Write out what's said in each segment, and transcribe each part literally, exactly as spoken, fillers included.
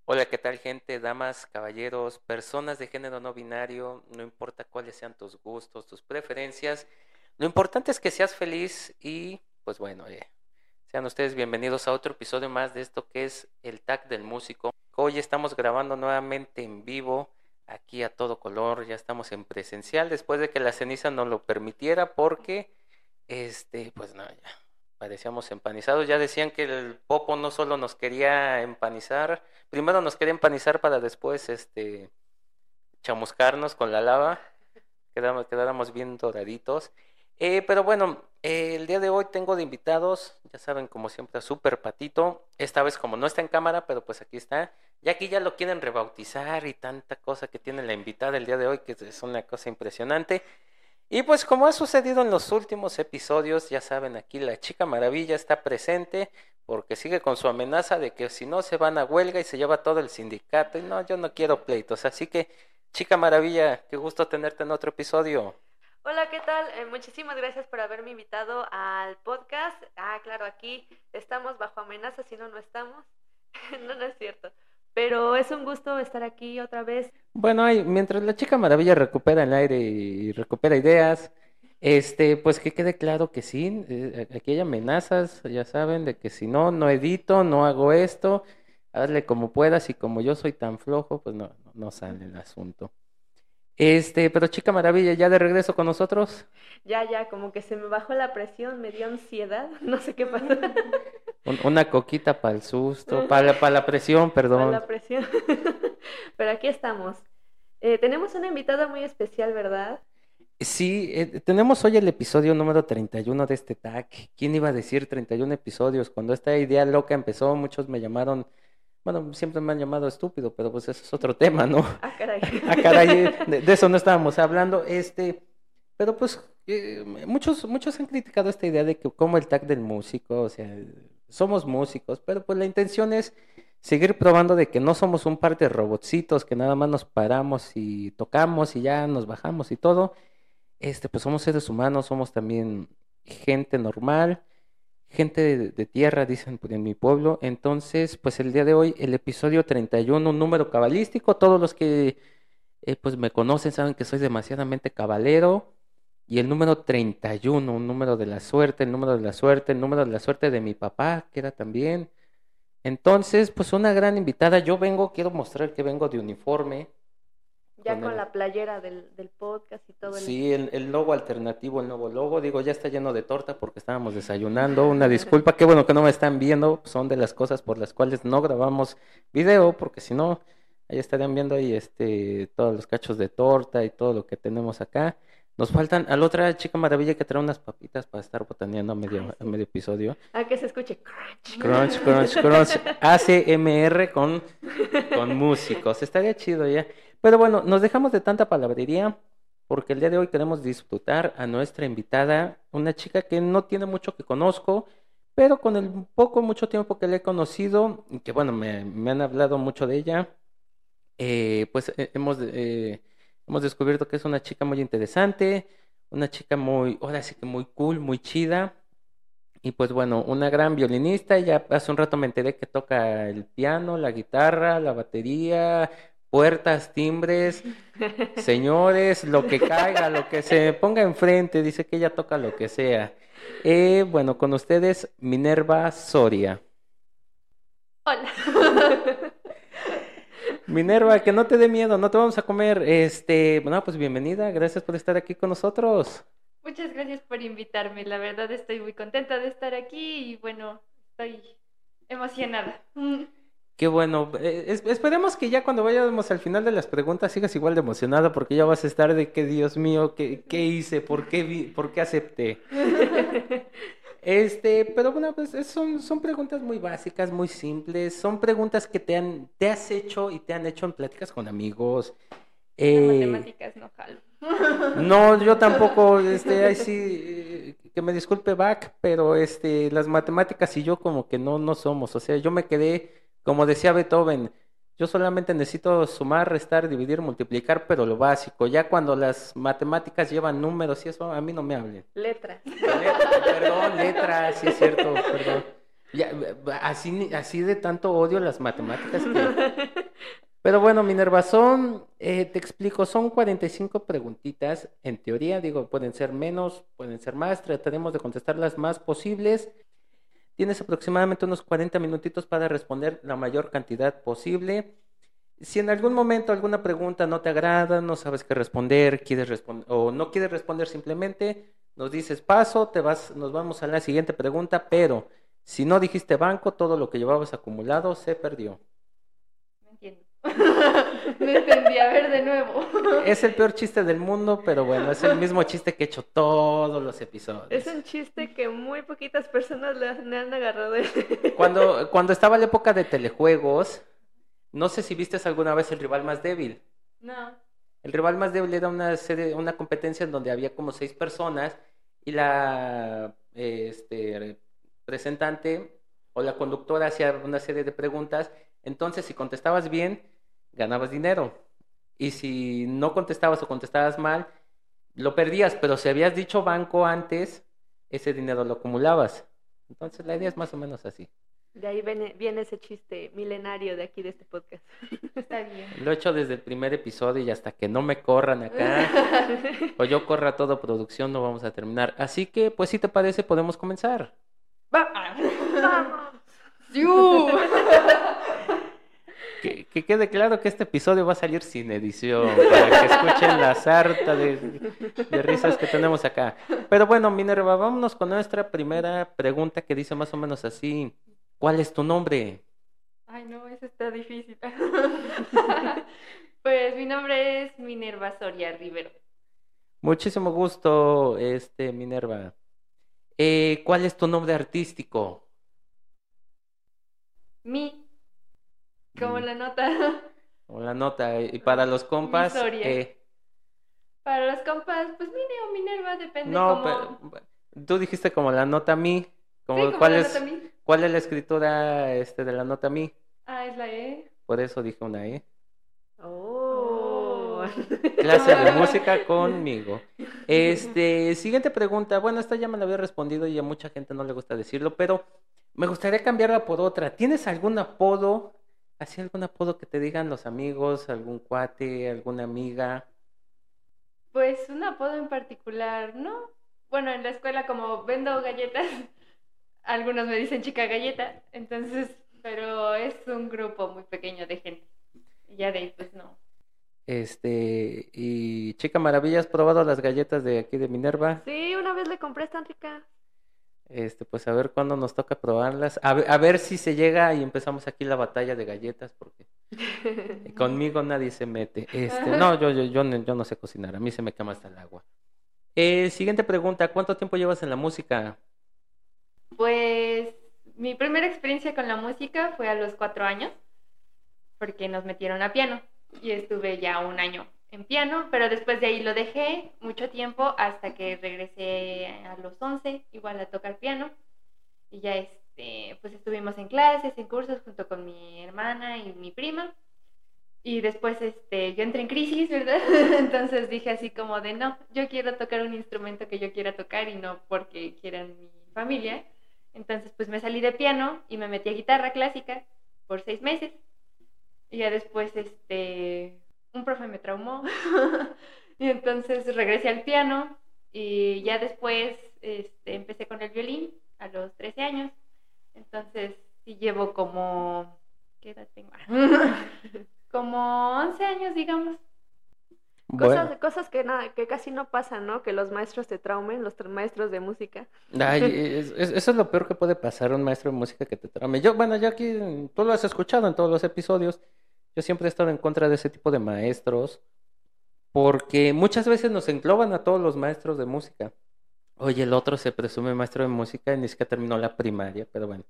Hola, ¿qué tal, gente? Damas, caballeros, personas de género no binario, no importa cuáles sean tus gustos, tus preferencias, lo importante es que seas feliz y, pues bueno, eh, sean ustedes bienvenidos a otro episodio más de esto que es el Tag del Músico. Hoy estamos grabando nuevamente en vivo, aquí a todo color, ya estamos en presencial después de que la ceniza nos lo permitiera porque, este, pues no, ya parecíamos empanizados. Ya decían que el Popo no solo nos quería empanizar, primero nos quería empanizar para después, este, chamuscarnos con la lava, quedamos, quedáramos bien doraditos. Eh, pero bueno, eh, el día de hoy tengo de invitados, ya saben, como siempre, a Super Patito. Esta vez como no está en cámara, pero pues aquí está. Ya aquí ya lo quieren rebautizar y tanta cosa que tiene la invitada el día de hoy, que es una cosa impresionante. Y pues como ha sucedido en los últimos episodios, ya saben, aquí la Chica Maravilla está presente porque sigue con su amenaza de que si no se van a huelga y se lleva todo el sindicato. Y no, yo no quiero pleitos. Así que, Chica Maravilla, qué gusto tenerte en otro episodio. Hola, ¿qué tal? Eh, muchísimas gracias por haberme invitado al podcast. Ah, claro, aquí estamos bajo amenaza, si no, no estamos. No, no es cierto. Pero es un gusto estar aquí otra vez. Bueno, ahí, mientras la Chica Maravilla recupera el aire y recupera ideas, este, pues que quede claro que sí, eh, aquí hay amenazas, ya saben, de que si no, no edito, no hago esto, hazle como puedas y como yo soy tan flojo, pues no, no, no sale el asunto. Este, pero Chica Maravilla, ya de regreso con nosotros. Ya, ya, como que se me bajó la presión, me dio ansiedad, no sé qué pasó. Un- una coquita para el susto, para la, para la presión, Para perdón. la presión. Pero aquí estamos. Eh, tenemos una invitada muy especial, ¿verdad? Sí, eh, tenemos hoy el episodio número treinta y uno de este tag. ¿Quién iba a decir treinta y uno episodios? Cuando esta idea loca empezó, muchos me llamaron, bueno, siempre me han llamado estúpido, pero pues eso es otro tema, ¿no? Ah, caray. Ah, caray, de, de eso no estábamos hablando. Este, pero pues eh, muchos, muchos han criticado esta idea de que como el tag del músico, o sea, somos músicos, pero pues la intención es seguir probando de que no somos un par de robotcitos que nada más nos paramos y tocamos y ya nos bajamos y todo. Este, pues somos seres humanos, somos también gente normal, gente de, de tierra, dicen por en mi pueblo. Entonces, pues el día de hoy, el episodio treinta y uno, un número cabalístico. Todos los que eh, pues me conocen saben que soy demasiadamente cabalero. Y el número treinta y uno, un número de la suerte, el número de la suerte, el número de la suerte de mi papá, que era también. Entonces, pues una gran invitada. Yo vengo, quiero mostrar que vengo de uniforme. Ya Con con el, la playera del, del podcast y todo el... Sí, el, el logo alternativo, el nuevo logo, digo, ya está lleno de torta porque estábamos desayunando. Una disculpa, qué bueno que no me están viendo, son de las cosas por las cuales no grabamos video, porque si no, ahí estarían viendo ahí este, todos los cachos de torta y todo lo que tenemos acá. Nos faltan a la otra Chica Maravilla que trae unas papitas para estar botaneando a Ay, medio, a sí. medio episodio. Ah, que se escuche crunch. Crunch, crunch, crunch, A C M R con, con músicos, estaría chido ya. Pero bueno, nos dejamos de tanta palabrería porque el día de hoy queremos disfrutar a nuestra invitada, una chica que no tiene mucho que conozco, pero con el poco, mucho tiempo que le he conocido, y que bueno, me, me han hablado mucho de ella, eh, pues eh, hemos, eh, hemos descubierto que es una chica muy interesante, una chica muy, ahora sí que muy cool, muy chida. Y pues bueno, una gran violinista, ya hace un rato me enteré que toca el piano, la guitarra, la batería, puertas, timbres, señores, lo que caiga, lo que se ponga enfrente, dice que ella toca lo que sea. Eh, bueno, con ustedes, Minerva Soria. Hola. Minerva, que no te dé miedo, no te vamos a comer. Este, bueno, pues bienvenida, gracias por estar aquí con nosotros. Muchas gracias por invitarme. La verdad estoy muy contenta de estar aquí y bueno, estoy emocionada. Mm. Qué bueno. Eh, es- esperemos que ya cuando vayamos al final de las preguntas sigas igual de emocionada porque ya vas a estar de que, Dios mío, ¿qué, qué hice? ¿Por qué vi- por qué acepté? Este, pero bueno, pues es- son, son preguntas muy básicas, muy simples. Son preguntas que te han, te has hecho y te han hecho en pláticas con amigos. De Eh, matemáticas no jalo. no, yo tampoco, este, ahí sí, eh, que me disculpe Bach, pero este, las matemáticas y yo como que no, no somos. O sea, yo me quedé, como decía Beethoven, yo solamente necesito sumar, restar, dividir, multiplicar, pero lo básico. Ya cuando las matemáticas llevan números y eso, a mí no me hablen. Letras. Let- perdón, letras, sí es cierto, perdón. Ya, así, así de tanto odio las matemáticas que Pero bueno, Minerva, son, eh, te explico, son cuarenta y cinco preguntitas. En teoría, digo, pueden ser menos, pueden ser más. Trataremos de contestar las más posibles. Tienes aproximadamente unos cuarenta minutitos para responder la mayor cantidad posible. Si en algún momento alguna pregunta no te agrada, no sabes qué responder, quieres responder o no quieres responder simplemente, nos dices paso, te vas, nos vamos a la siguiente pregunta, pero si no dijiste banco, todo lo que llevabas acumulado se perdió. No entiendo. No entendí, a ver de nuevo. Es el peor chiste del mundo, pero bueno, es el mismo chiste que he hecho todos los episodios. Es un chiste que muy poquitas personas le han, le han agarrado. Cuando, cuando estaba la época de telejuegos, no sé si viste alguna vez El Rival Más Débil. No. El Rival Más Débil era una serie, una competencia en donde había como seis personas y la eh, este, presentante o la conductora hacía una serie de preguntas. Entonces, si contestabas bien, ganabas dinero. Y si no contestabas o contestabas mal, lo perdías. Pero si habías dicho banco antes, ese dinero lo acumulabas. Entonces, la idea es más o menos así. De ahí viene, viene ese chiste milenario de aquí de este podcast. Está bien. Lo he hecho desde el primer episodio y hasta que no me corran acá o yo corra todo producción no vamos a terminar. Así que, pues si te parece, podemos comenzar. Va- ¡Vamos! ¡Yu! Que, que quede claro que este episodio va a salir sin edición para que escuchen la sarta de, de risas que tenemos acá. Pero bueno, Minerva, vámonos con nuestra primera pregunta que dice más o menos así. ¿Cuál es tu nombre? Ay, no, eso está difícil. Pues mi nombre es Minerva Soria Rivero. Muchísimo gusto, este, Minerva. Eh, ¿cuál es tu nombre artístico? Mi, como Mm, la nota. o la nota. Y para los compas, Mi Soria. eh, Para los compas, pues Mine o Minerva, depende no, como... pe- tú dijiste como la nota mi. Sí, Como, como ¿cuál la es, nota Mi. cuál es la escritura este, de la nota mi? Ah, es la E. Por eso dije una E. Oh. Clase de música conmigo. Este, siguiente pregunta. Bueno, esta ya me la había respondido y a mucha gente no le gusta decirlo, pero me gustaría cambiarla por otra. ¿Tienes algún apodo? ¿Así algún apodo que te digan los amigos, algún cuate, alguna amiga? Pues un apodo en particular, ¿no? Bueno, en la escuela como vendo galletas, algunos me dicen chica galleta, entonces, pero es un grupo muy pequeño de gente. Y ya de ahí, pues no. Este, y Chica Maravilla, ¿has probado las galletas de aquí de Minerva? Sí, una vez le compré, están ricas. Este, pues a ver cuándo nos toca probarlas. A ver, a ver si se llega y empezamos aquí la batalla de galletas, porque conmigo nadie se mete. Este, no, yo, yo, yo, no, yo no sé cocinar, a mí se me quema hasta el agua. Eh, siguiente pregunta, ¿cuánto tiempo llevas en la música? Pues mi primera experiencia con la música fue a los cuatro años, porque nos metieron a piano y estuve ya un año en piano, pero después de ahí lo dejé mucho tiempo hasta que regresé a los once, igual a tocar piano, y ya este, pues estuvimos en clases, en cursos junto con mi hermana y mi prima, y después este, yo entré en crisis, ¿verdad? Entonces dije así como de no, yo quiero tocar un instrumento que yo quiera tocar y no porque quieran mi familia. Entonces pues me salí de piano y me metí a guitarra clásica por seis meses. Y ya después, este, un profe me traumó y entonces regresé al piano y ya después este, empecé con el violín a los trece años. Entonces sí llevo como, ¿qué edad tengo? Como once años, digamos. Bueno, Cosas, cosas que, nada, que casi no pasan, ¿no? Que los maestros te traumen, los tra- maestros de música. ay, es- es- eso es lo peor que puede pasar a un maestro de música que te trame. Yo, bueno, ya aquí, tú lo has escuchado en todos los episodios, yo siempre he estado en contra de ese tipo de maestros, porque muchas veces nos engloban a todos los maestros de música. Oye, el otro se presume maestro de música y ni siquiera terminó la primaria, pero bueno.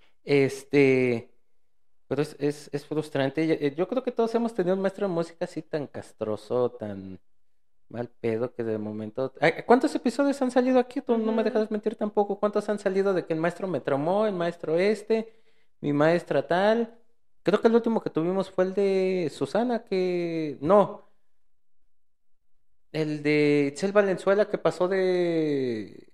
Este, pero es, es, es frustrante. Yo, yo creo que todos hemos tenido un maestro de música así tan castroso, tan mal pedo que de momento... Ay, ¿cuántos episodios han salido aquí? Tú no me Ujú. dejas mentir tampoco. ¿Cuántos han salido de que el maestro me traumó, el maestro este, mi maestra tal? Creo que el último que tuvimos fue el de Susana, que... No, el de Itzel Valenzuela que pasó de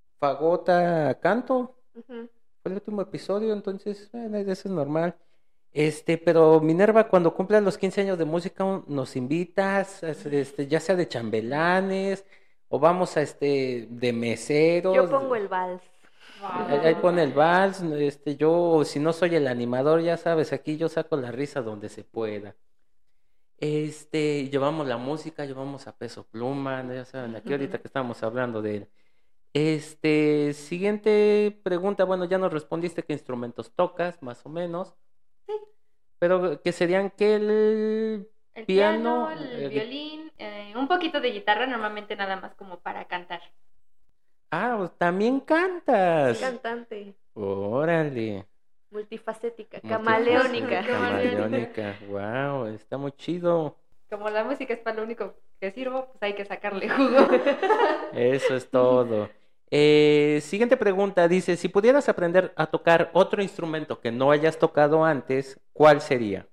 fagota a canto. Ujú. Fue el último episodio, entonces, bueno, eso es normal. Este, pero Minerva, cuando cumplas los quince años de música, un- nos invitas, es- este, ya sea de chambelanes, o vamos a este, de Yo meseros, pongo el vals. ahí, ahí pone el vals, este, yo, si no soy el animador, ya sabes, aquí yo saco la risa donde se pueda. Este, llevamos la música, llevamos a Peso Pluma, ¿no? Ya saben, aquí ahorita que estamos hablando de él. Este, siguiente pregunta, bueno, ya nos respondiste qué instrumentos tocas, más o menos, pero que serían que el El piano, piano, el eh, gui- violín, eh, un poquito de guitarra, normalmente nada más como para cantar. ah, pues, también cantas. Cantante, Órale, multifacética, multifacética, camaleónica. camaleónica, wow, está muy chido. Como la música es para lo único que sirvo, pues hay que sacarle jugo. Eso es todo. Eh, siguiente pregunta, dice, si pudieras aprender a tocar otro instrumento que no hayas tocado antes, ¿cuál sería?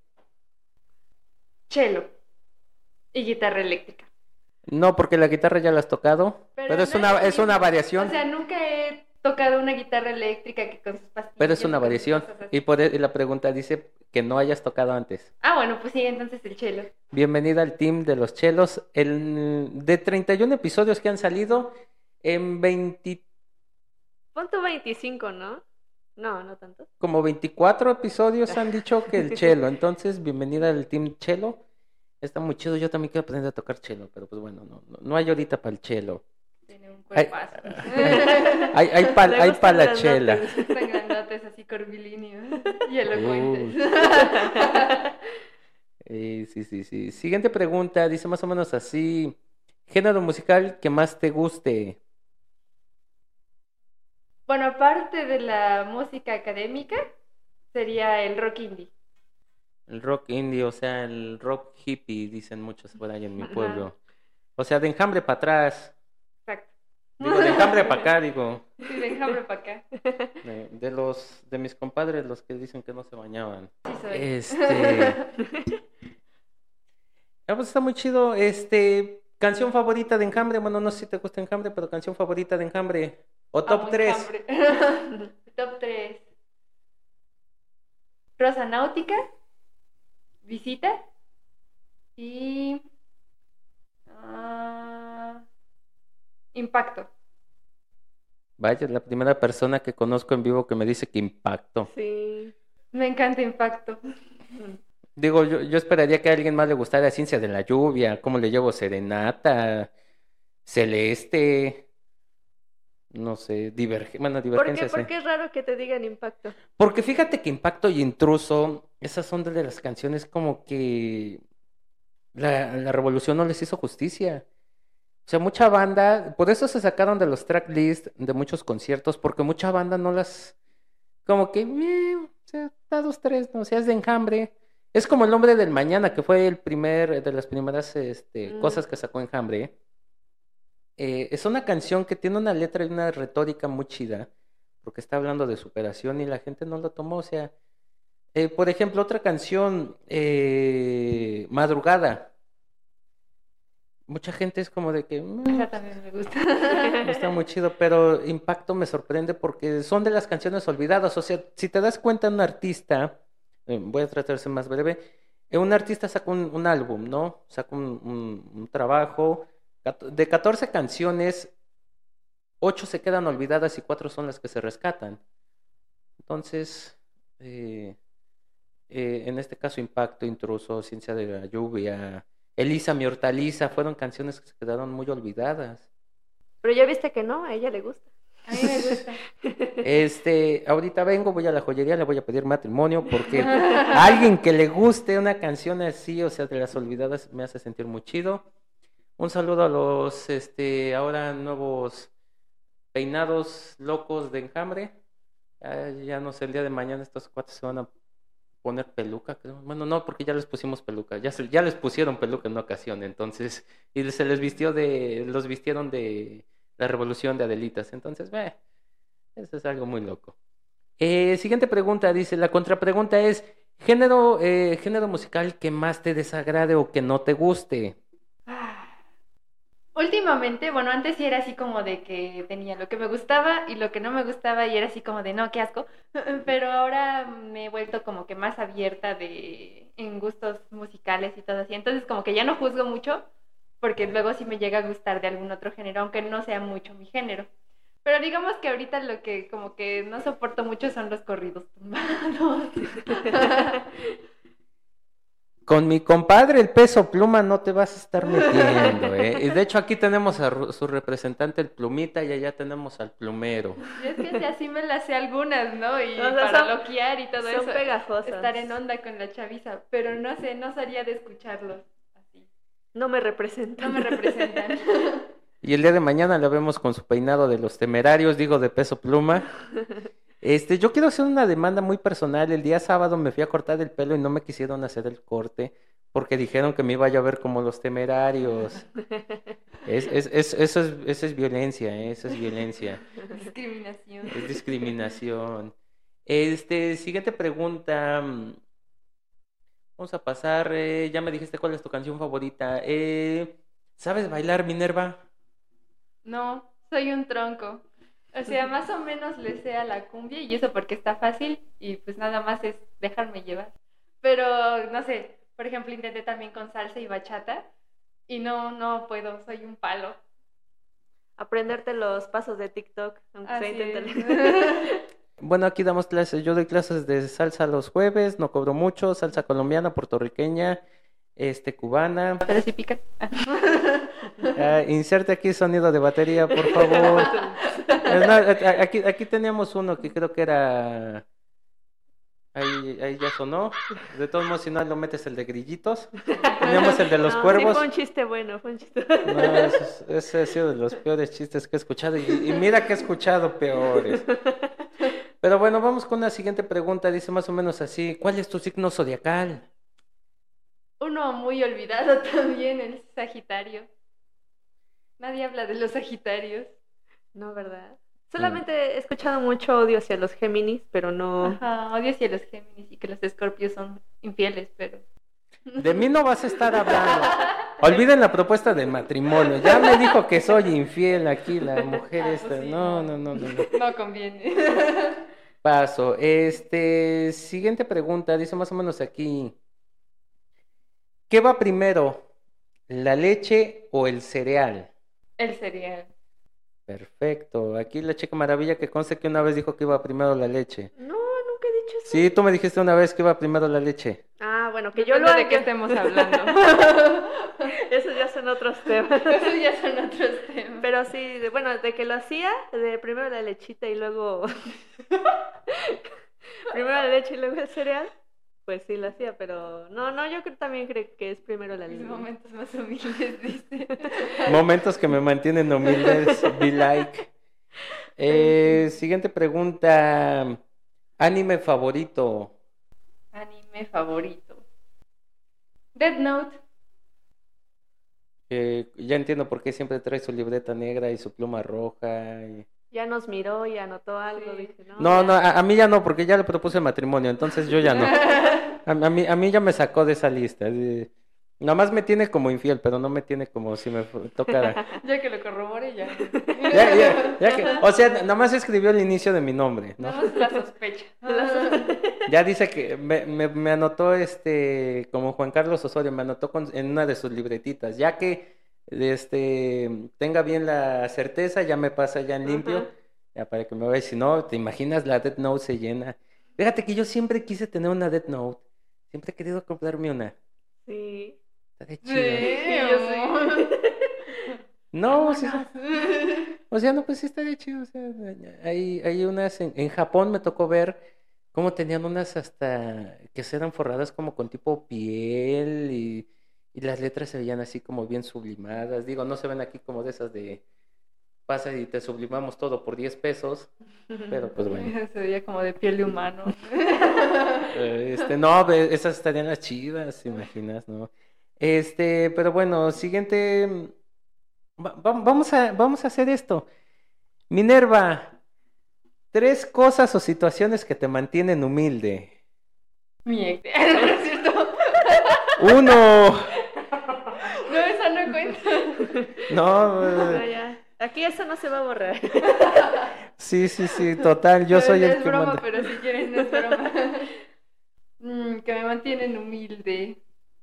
Cello y guitarra eléctrica. No, porque la guitarra ya la has tocado, Pero pero es no una, es lo es una mismo. variación, O sea, nunca he tocado una guitarra eléctrica que con sus pastillas. pero es una y con sus variación. cosas así. Y por e- y la pregunta dice que no hayas tocado antes. Ah, bueno, pues sí, entonces el cello. Bienvenida al team de los chelos. El, de treinta y uno episodios que han salido, en veinte, Punto veinticinco, ¿no? No, no tanto. como veinticuatro episodios han dicho que el chelo. Entonces, bienvenida al team chelo. Está muy chido. Yo también quiero aprender a tocar chelo, pero pues bueno, no, no, no hay ahorita para el chelo. Tiene un Ay, cuerpazo. hay, hay para Le hay gustan pa la grandotes. chela. Están grandotes, así curvilíneos y elocuentes. Eh, sí, sí, sí. Siguiente pregunta, dice más o menos así. Género musical que más te guste. Bueno, aparte de la música académica, sería el rock indie. El rock indie, o sea, el rock hippie, dicen muchos por ahí en mi Ajá. pueblo. O sea, de enjambre para atrás. Exacto. Digo, de enjambre para acá, digo. Sí, de enjambre para acá. De, de los, de mis compadres, los que dicen que no se bañaban. Sí soy. Este. Ah, pues está muy chido. Este. Canción favorita de enjambre. Bueno, no sé si te gusta enjambre, pero canción favorita de enjambre. O top Amo tres. enjambre. Top tres. Rosa Náutica, Visita y ah, Impacto. Vaya, es la primera persona que conozco en vivo que me dice que impacto. Sí. Me encanta Impacto. Digo, yo, yo esperaría que a alguien más le gustara Ciencia de la Lluvia, cómo le llevo Serenata, Celeste, no sé, Diverge... bueno, ¿Por qué? Divergencia, sí. Porque es raro que te digan impacto. Porque fíjate que Impacto y Intruso, esas son de las canciones como que la, la revolución no les hizo justicia. O sea, mucha banda, por eso se sacaron de los tracklist de muchos conciertos, porque mucha banda no las, como que, eh, o sea, está dos, tres, ¿no? O sea, es de enjambre. Es como El Hombre del Mañana, que fue el primer, de las primeras este, Mm. cosas que sacó Enjambre. Eh, es una canción que tiene una letra y una retórica muy chida, porque está hablando de superación y la gente no lo tomó. O sea, eh, por ejemplo, otra canción, eh, Madrugada. Mucha gente es como de que "Mm, Esa también me gusta. está muy chido", pero Impacto me sorprende porque son de las canciones olvidadas. O sea, si te das cuenta, un artista, eh, voy a tratar de ser más breve, eh, un artista saca un, un álbum, ¿no? Saca un, un- un trabajo, cat- de catorce canciones, ocho se quedan olvidadas y cuatro son las que se rescatan. Entonces, eh, eh, en este caso, Impacto, Intruso, Ciencia de la Lluvia, Elisa, mi hortaliza, fueron canciones que se quedaron muy olvidadas. Pero ya viste que no, a ella le gusta. A mí me gusta. Este, ahorita vengo, voy a la joyería, le voy a pedir matrimonio porque a alguien que le guste una canción así, o sea, de las olvidadas, me hace sentir muy chido. Un saludo a los, este, ahora nuevos peinados locos de enjambre. Ah, ya no sé, el día de mañana estos cuates se van a poner peluca, creo. Bueno, no, porque ya les pusimos peluca, ya, se- ya les pusieron peluca en una ocasión, entonces, y se les vistió de, los vistieron de la revolución de Adelitas, entonces, eh, eso es algo muy loco. Eh, siguiente pregunta, dice, la contrapregunta es, género, eh, género musical que más te desagrade o que no te guste. Ah. Últimamente, bueno, antes sí era así como de que tenía lo que me gustaba y lo que no me gustaba y era así como de no, qué asco, pero ahora me he vuelto como que más abierta de en gustos musicales y todo así, entonces como que ya no juzgo mucho porque luego sí me llega a gustar de algún otro género, aunque no sea mucho mi género. Pero digamos que ahorita lo que como que no soporto mucho son los corridos tumbados. Con mi compadre el Peso Pluma no te vas a estar metiendo, ¿eh? Y de hecho aquí tenemos a ru- su representante el Plumita y allá tenemos al Plumero. Y es que si así me las sé algunas, ¿no? Y O sea, para son- loquear y todo Son eso. pegajosas. Estar en onda con la chaviza, pero no sé, no sabría de escucharlos así. No me representan. No me representan. Y el día de mañana la vemos con su peinado de los temerarios, digo de Peso Pluma. Este, yo quiero hacer una demanda muy personal. El día sábado me fui a cortar el pelo y no me quisieron hacer el corte porque dijeron que me iba a ver como los temerarios. Es, es, es- eso es, eso es violencia, ¿eh? Eso es violencia. Discriminación. Es discriminación. Este, siguiente pregunta. mm, Vamos a pasar. eh, ya me dijiste cuál es tu canción favorita. Eh, ¿sabes bailar, Minerva? No, soy un tronco. O sea, más o menos le sé a la cumbia y eso porque está fácil y pues nada más es dejarme llevar. Pero no sé, por ejemplo, intenté también con salsa y bachata y no, no puedo, soy un palo. Aprenderte los pasos de TikTok, aunque sea Así inténtale. Bueno, aquí damos clases. Yo doy clases de salsa los jueves, no cobro mucho. Salsa colombiana, puertorriqueña, este, cubana. Pero sí pica. Ah, inserte aquí sonido de batería, por favor. Es más, a- a- aquí, aquí teníamos uno que creo que era. Ahí, ahí ya sonó. De todos modos, si no lo metes el de grillitos. Teníamos el de los No, sí, cuervos. fue un chiste bueno, fue un chiste No, ese, es- ese ha sido de los peores chistes que he escuchado. Y, y mira que he escuchado peores. Pero bueno, vamos con la siguiente pregunta. Dice más o menos así: ¿cuál es tu signo zodiacal? Uno muy olvidado también, el Sagitario. Nadie habla de los Sagitarios. No, ¿verdad? Solamente he escuchado mucho odio hacia los Géminis, pero no. Ajá, odio hacia los Géminis y que los Escorpios son infieles, pero... De mí no vas a estar hablando. Olviden la propuesta de matrimonio. Ya me dijo que soy infiel aquí la mujer Ah, esta. pues sí, No, no. no, no, no, no. No conviene. Paso. Este, siguiente pregunta. Dice más o menos aquí. ¿Qué va primero? ¿La leche o el cereal? El cereal. Perfecto. Aquí la chica maravilla que conste que una vez dijo que iba primero la leche. No, nunca he dicho eso. Sí, tú me dijiste una vez que iba primero la leche. Ah, bueno, que yo Depende lo de qué haga. estemos hablando. Esos ya son otros temas. Esos ya son otros temas. Pero sí, de- bueno, de que lo hacía, de primero la lechita y luego. Primero la leche y luego el cereal. Pues sí lo hacía, pero no, no, yo creo, también creo que es primero la Mis leche. momentos más humildes, dice. Momentos que me mantienen humildes. Be like. Eh, siguiente pregunta. Anime favorito. Anime favorito. Death Note. Eh, ya entiendo por qué siempre trae su libreta negra y su pluma roja. y- Ya nos miró y anotó algo, Sí. dije, no. No, ya. no, a, a mí ya no, porque ya le propuse matrimonio, entonces yo ya no. A, a mí, a mí ya me sacó de esa lista. eh, Nada más me tiene como infiel, pero no me tiene como si me fu- tocara. Ya que lo corrobore, ya. Ya, ya, ya que, o sea, nada más escribió el inicio de mi nombre, ¿no? Nada más la sospecha. Ya dice que me, me, me anotó este, como Juan Carlos Osorio, me anotó con- en una de sus libretitas. Ya que este tenga bien la certeza, ya me pasa ya en limpio, Ajá. ya para que me vea. Si no, te imaginas, la Death Note se llena. Fíjate que yo siempre quise tener una Death Note. Siempre he querido comprarme una. Sí. Está de Sí, chido. yo sí. No, o sea, o sea, no, pues sí está de chido. O sea, hay, hay unas en, en Japón me tocó ver cómo tenían unas hasta que se eran forradas como con tipo piel y, y las letras se veían así como bien sublimadas. Digo, no se ven aquí como de esas de pasa y te sublimamos todo por diez pesos, pero pues bueno. Se veía como de piel de humano. Eh, Este, no, ve- esas estarían las chidas, ¿te imaginas, no? Este, pero bueno, siguiente. va- va- vamos a, vamos a hacer esto. Minerva, tres cosas o situaciones que te mantienen humilde. Mi ex. ¿No es cierto? Uno. No, esa no cuenta. No, No, eh, ya. Aquí eso no se va a borrar. sí, sí, sí, total, yo No, soy no el es que broma, manda. pero si quieren, no es broma. Mm, que me mantienen humilde.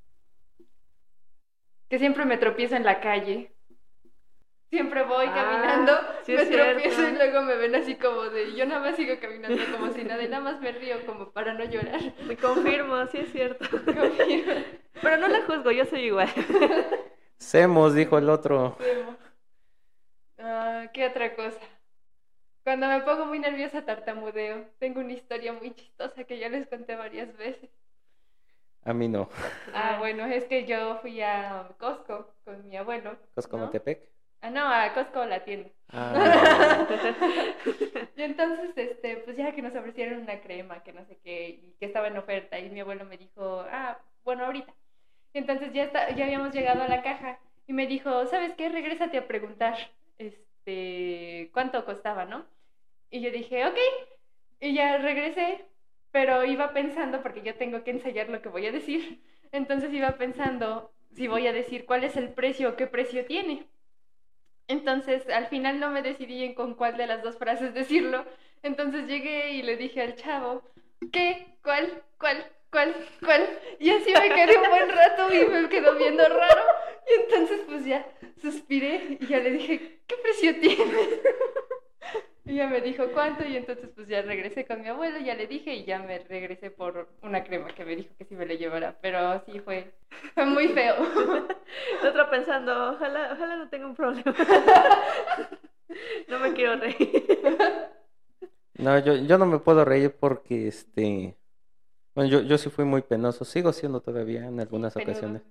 Que siempre me tropiezo en la calle. Siempre voy Ah, caminando, sí me es cierto. tropiezo y luego me ven así como de... Yo nada más sigo caminando como si nada, y nada más me río como para no llorar. Me confirmo, sí es cierto. Confirmo. Pero no la juzgo, yo soy igual. Semos, dijo el otro. Semo. Ah, ¿qué otra cosa? Cuando me pongo muy nerviosa tartamudeo. Tengo una historia muy chistosa que ya les conté varias veces. A mí no. Ah, bueno, es que yo fui a Costco con mi abuelo, ¿no? Coscometepec. Ah, no, a Costco, la tienda. Ah, Y entonces, este, pues ya que nos ofrecieron una crema, que no sé qué, y que estaba en oferta, y mi abuelo me dijo, ah, bueno, ahorita. Y entonces ya está, ya habíamos llegado a la caja, y me dijo, ¿sabes qué? Regrésate a preguntar, este, cuánto costaba, ¿no? Y yo dije, ok, y ya regresé, pero iba pensando, porque yo tengo que ensayar lo que voy a decir, entonces iba pensando si voy a decir cuál es el precio o qué precio tiene. Entonces, al final no me decidí en con cuál de las dos frases decirlo. Entonces llegué y le dije al chavo, ¿qué? ¿Cuál? ¿Cuál? ¿Cuál? ¿Cuál? Y así me quedé un buen rato y me quedó viendo raro. Y entonces pues ya suspiré y ya le dije, ¿qué precio tiene? Y ya me dijo cuánto y entonces pues ya regresé con mi abuelo, ya le dije y ya me regresé por una crema que me dijo que sí me la llevara. Pero sí fue, fue muy feo. Otro pensando, ojalá, ojalá no tenga un problema. No me quiero reír. no, yo, yo no me puedo reír porque este. Bueno, yo, yo sí fui muy penoso. Sigo siendo todavía en algunas Penudo. ocasiones.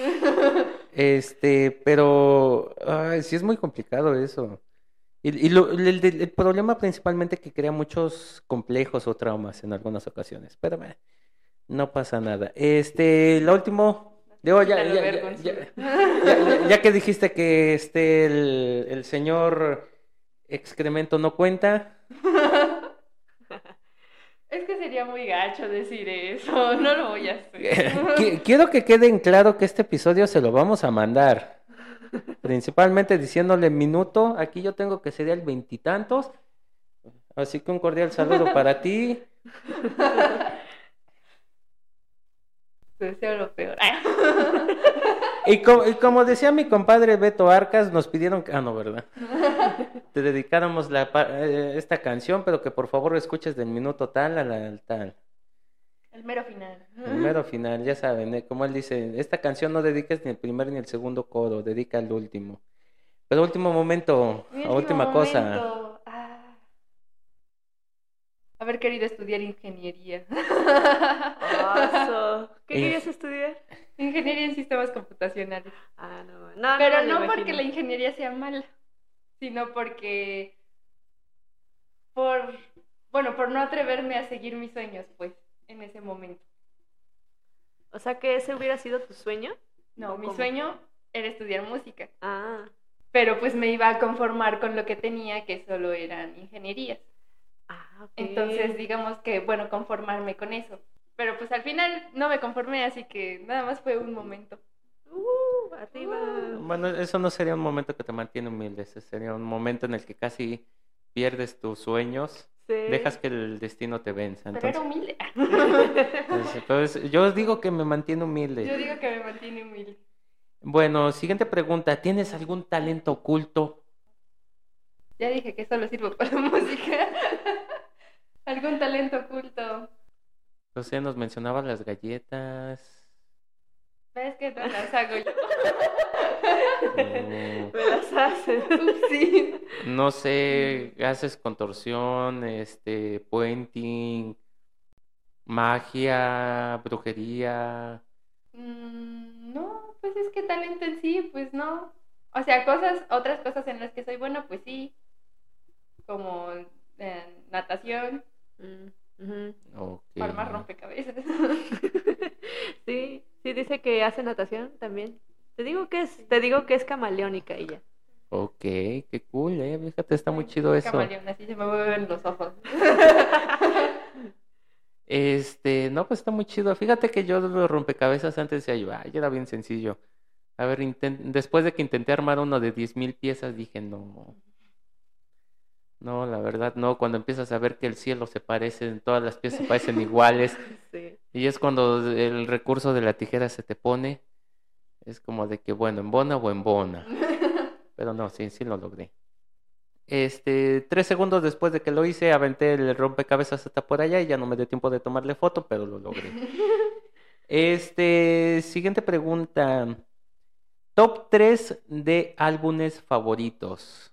Este, pero ay, sí es muy complicado eso. Y, y lo- el, el- el problema principalmente que crea muchos complejos o traumas en algunas ocasiones. Pero bueno, no pasa nada. Este, lo último, digo, ya, Quítalo, ya, ya, vergonzoso. ya, ya- ya- ya que dijiste que este el, el señor excremento no cuenta, Es que sería muy gacho decir eso, no lo voy a hacer. qui- quiero que quede en claro que este episodio se lo vamos a mandar. Principalmente diciéndole minuto. Aquí yo tengo que sería el veintitantos. Así que un cordial saludo para ti. Te deseo lo peor. Y, co- y como decía mi compadre Beto Arcas, nos pidieron que... Ah, no, ¿verdad? Te dedicáramos la, pa- eh, esta canción, pero que por favor escuches del minuto tal al al tal. El mero final. El mero final, ya saben, ¿eh? Como él dice, esta canción no dediques ni el primer ni el segundo coro, dedica al último. Pero último momento, Mi a último última cosa. momento. Ah, haber querido estudiar ingeniería. Oso. ¿Qué Inf- querías estudiar? Ingeniería en sistemas computacionales. Ah, no. No, Pero me lo no porque imagino. la ingeniería sea mala, sino porque por, bueno, por no atreverme a seguir mis sueños, pues, en ese momento. O sea, que ese hubiera sido tu sueño. No, ¿O mi cómo? sueño era estudiar música, Ah, pero pues me iba a conformar con lo que tenía, que solo eran ingenierías. ah, ok. Entonces, digamos que, bueno, conformarme con eso. Pero pues al final no me conformé, así que nada más fue un momento. Uh, arriba. Bueno, eso no sería un momento que te mantiene humilde, ese sería un momento en el que casi pierdes tus sueños, Sí. dejas que el destino te venza. Pero era Entonces, humilde. entonces, entonces, yo os digo que me mantiene Yo humilde. digo que me mantiene humilde. Bueno, siguiente pregunta, ¿tienes algún talento oculto? Ya dije que solo sirvo para la música. ¿Algún talento oculto? No sé, nos mencionabas las galletas. ¿Ves que no las hago yo? o, Me las hacen. Upsi. no sé, haces contorsión, este, puenting, magia, brujería. Mm, no, pues es que talento en sí, pues no. O sea, cosas, otras cosas en las que soy bueno, pues sí. Como eh, natación, Mm, ujú. Ok. armar rompecabezas. Sí, sí dice que hace natación también. Te digo que es, te digo que es camaleónica ella. Ok, qué cool, eh. Fíjate, está muy chido eso. Camaleón, así se me mueven los ojos. Este, no, pues está muy chido. Fíjate que yo los rompecabezas antes decía yo, ay, era bien sencillo. A ver, inten- después de que intenté armar uno de diez mil piezas, dije, no, no, la verdad no. Cuando empiezas a ver que el cielo se parece, todas las piezas se parecen iguales, Sí. y es cuando el recurso de la tijera se te pone, es como de que, bueno, embona o embona. Pero no, sí, sí lo logré. Este, tres segundos después de que lo hice, aventé el rompecabezas hasta por allá y ya no me dio tiempo de tomarle foto, pero lo logré. Este, siguiente pregunta. Top tres de álbumes favoritos.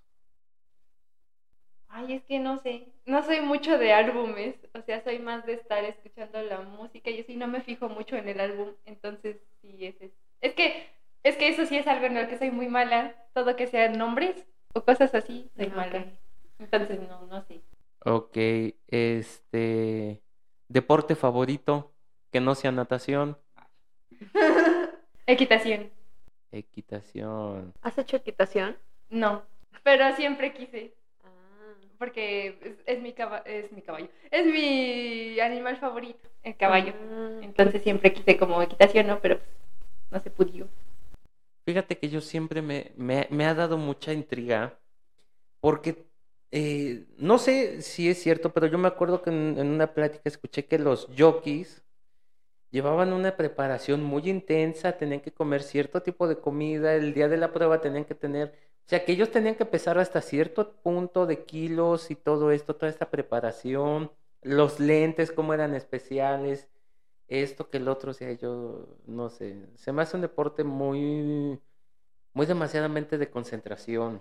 Ay, es que no sé, no soy mucho de álbumes, o sea, soy más de estar escuchando la música y así no me fijo mucho en el álbum, entonces sí, ese es. Es que, es que eso sí es algo en lo que soy muy mala, todo que sean nombres o cosas así, soy Ah, mala. ok. Entonces no, no sé. Ok, este, deporte favorito, que no sea natación, Equitación, equitación. ¿Has hecho equitación? no, pero siempre quise, Ah. porque es, es mi caba- es mi caballo, es mi animal favorito, el caballo. Ah, Entonces siempre quise como equitación, ¿no? Pero pues, no se pudo. Fíjate que yo siempre me, me, me ha dado mucha intriga, porque eh, no sé si es cierto, pero yo me acuerdo que en, en una plática escuché que los jockeys llevaban una preparación muy intensa, tenían que comer cierto tipo de comida, el día de la prueba tenían que tener, o sea, que ellos tenían que pesar hasta cierto punto de kilos y todo esto, toda esta preparación, los lentes, cómo eran especiales, esto que el otro, o sea, yo no sé, se me hace un deporte muy, muy demasiadamente de concentración,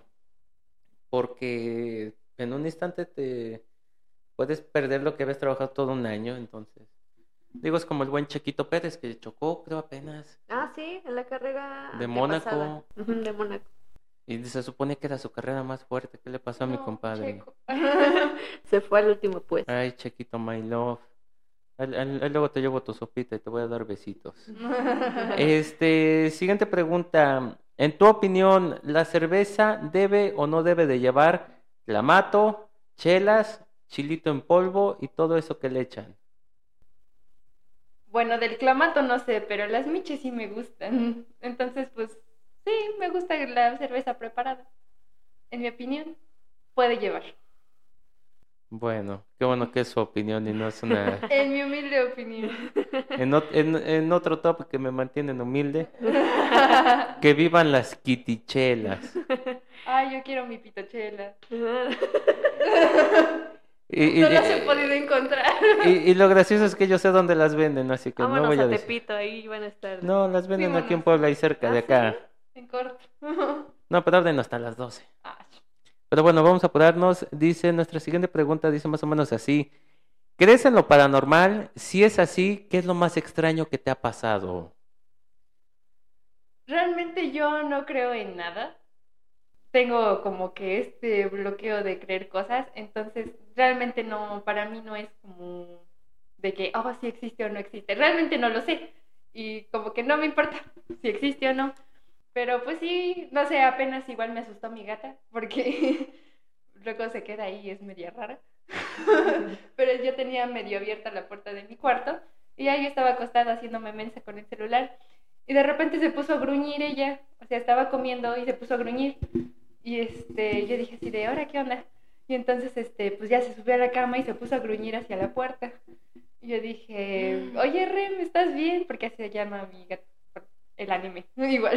porque en un instante te puedes perder lo que habías trabajado todo un año, entonces. Digo, es como el buen Chequito Pérez que chocó, creo apenas, Ah, sí, en la carrera de antepasada. Mónaco. Ujú, de Mónaco. Y se supone que era su carrera más fuerte. ¿Qué le pasó a mi No, compadre? Checo. Se fue al último puesto. Ay, Chequito, my love. Ahí- ahí- ahí luego te llevo tu sopita y te voy a dar besitos. Este, siguiente pregunta. En tu opinión, ¿la cerveza debe o no debe de llevar clamato, chelas, chilito en polvo y todo eso que le echan? Bueno, del clamato no sé, pero las miches sí me gustan. Entonces, pues sí, me gusta la cerveza preparada. En mi opinión, puede llevar. Bueno, qué bueno que es su opinión y no es una... En mi humilde opinión. En, ot- en- en otro top que me mantienen humilde, que vivan las quitichelas. Ay, yo quiero mi pitochela. Y, y- No las he y- podido encontrar. y- y lo gracioso es que yo sé dónde las venden, así que no Vámonos voy a a decir. Tepito, ahí van a estar. No, las venden aquí en Vámonos. Puebla y cerca de ¿Ah, acá. En corto. No, pero abren hasta las doce. Ay, Pero bueno, vamos a apurarnos. Dice, nuestra siguiente pregunta dice más o menos así. ¿Crees en lo paranormal? Si es así, ¿qué es lo más extraño que te ha pasado? realmente yo no creo en nada. Tengo como que este bloqueo de creer cosas, entonces realmente no, para mí no es como de que, oh, sí existe o no existe. Realmente no lo sé y como que no me importa si existe o no. Pero pues sí, no sé, apenas igual me asustó mi gata porque luego se queda ahí y es media rara. Pero yo tenía medio abierta la puerta de mi cuarto y ahí yo estaba acostada haciéndome mensa con el celular y de repente se puso a gruñir ella, o sea, estaba comiendo y se puso a gruñir y este, yo dije así de, ¿ahora qué onda? Y entonces este, pues ya se subió a la cama y se puso a gruñir hacia la puerta. Y yo dije, oye Rem, ¿estás bien? Porque así se llama mi gato, el anime, igual.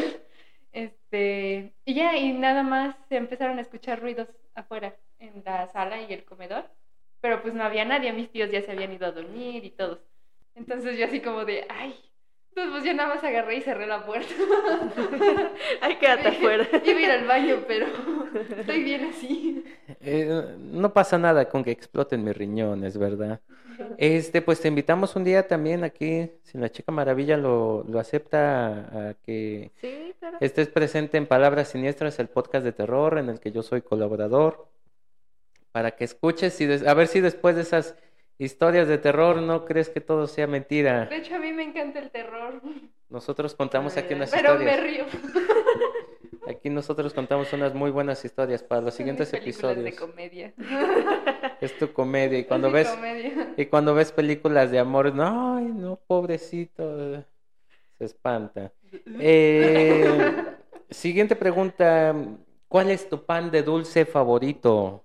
Este, y ya, y nada más se empezaron a escuchar ruidos afuera, en la sala y el comedor, pero pues no había nadie, mis tíos ya se habían ido a dormir y todos. Entonces yo así como de, ay, entonces pues yo nada más agarré y cerré la puerta. Ay, quédate afuera. Iba a ir al baño, pero estoy bien así. Eh, no pasa nada con que exploten mis riñones, ¿verdad? Este, pues te invitamos un día también aquí, si la chica maravilla lo, lo acepta, a, a que Sí, claro. estés presente en Palabras Siniestras, el podcast de terror en el que yo soy colaborador, para que escuches y des- a ver si después de esas historias de terror no crees que todo sea mentira. De hecho, a mí me encanta el terror, Nosotros contamos aquí unas pero me historias. río. Aquí nosotros contamos unas muy buenas historias para los Son siguientes mis películas episodios. de comedia. Es tu comedia y cuando Es mi ves comedia. y cuando ves películas de amor, no, ay, no, pobrecito, se espanta. Eh, siguiente pregunta. ¿Cuál es tu pan de dulce favorito?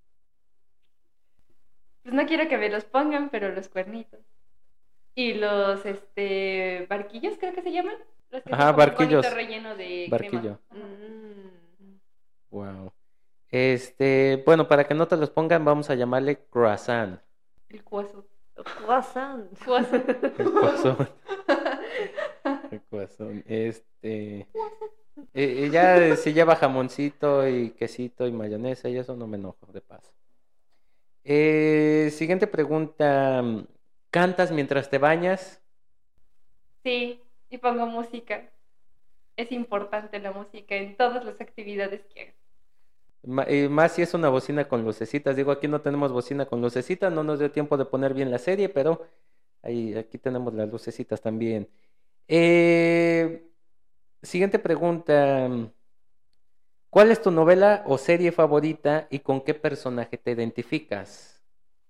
Pues no quiero que me los pongan, pero los cuernitos. Y los, este, barquillos creo que se llaman. Los que son Ajá, como un conito barquillos. relleno de Barquillo. crema. Ajá. Mm. Wow. Este, bueno, para que no te los pongan, vamos a llamarle croissant. El cuoso. Croissant. Cuoso. El croissant. El croissant. Este, eh, eh, ya eh, si lleva jamoncito y quesito y mayonesa y eso no me enojo, de paso. Eh, siguiente pregunta. ¿Cantas mientras te bañas? Sí, y pongo música. Es importante la música en todas las actividades que hago. Ma- eh, más si es una bocina con lucecitas. Digo, aquí no tenemos bocina con lucecitas, no nos dio tiempo de poner bien la serie, pero ahí, aquí tenemos las lucecitas también. Eh, siguiente pregunta. ¿Cuál es tu novela o serie favorita y con qué personaje te identificas?